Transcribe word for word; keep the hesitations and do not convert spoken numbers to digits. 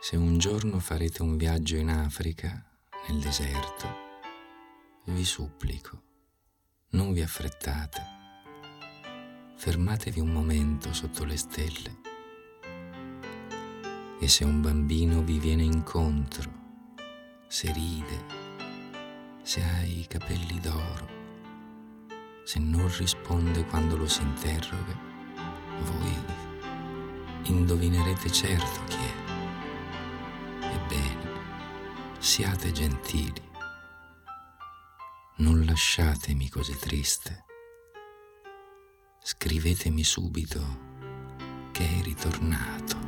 Se un giorno farete un viaggio in Africa, nel deserto, vi supplico, non vi affrettate. Fermatevi un momento sotto le stelle. E se un bambino vi viene incontro, se ride, se ha i capelli d'oro, se non risponde quando lo si interroga, voi indovinerete certo chi è. Ebbene, siate gentili, non lasciatemi così triste. Scrivetemi subito che è ritornato.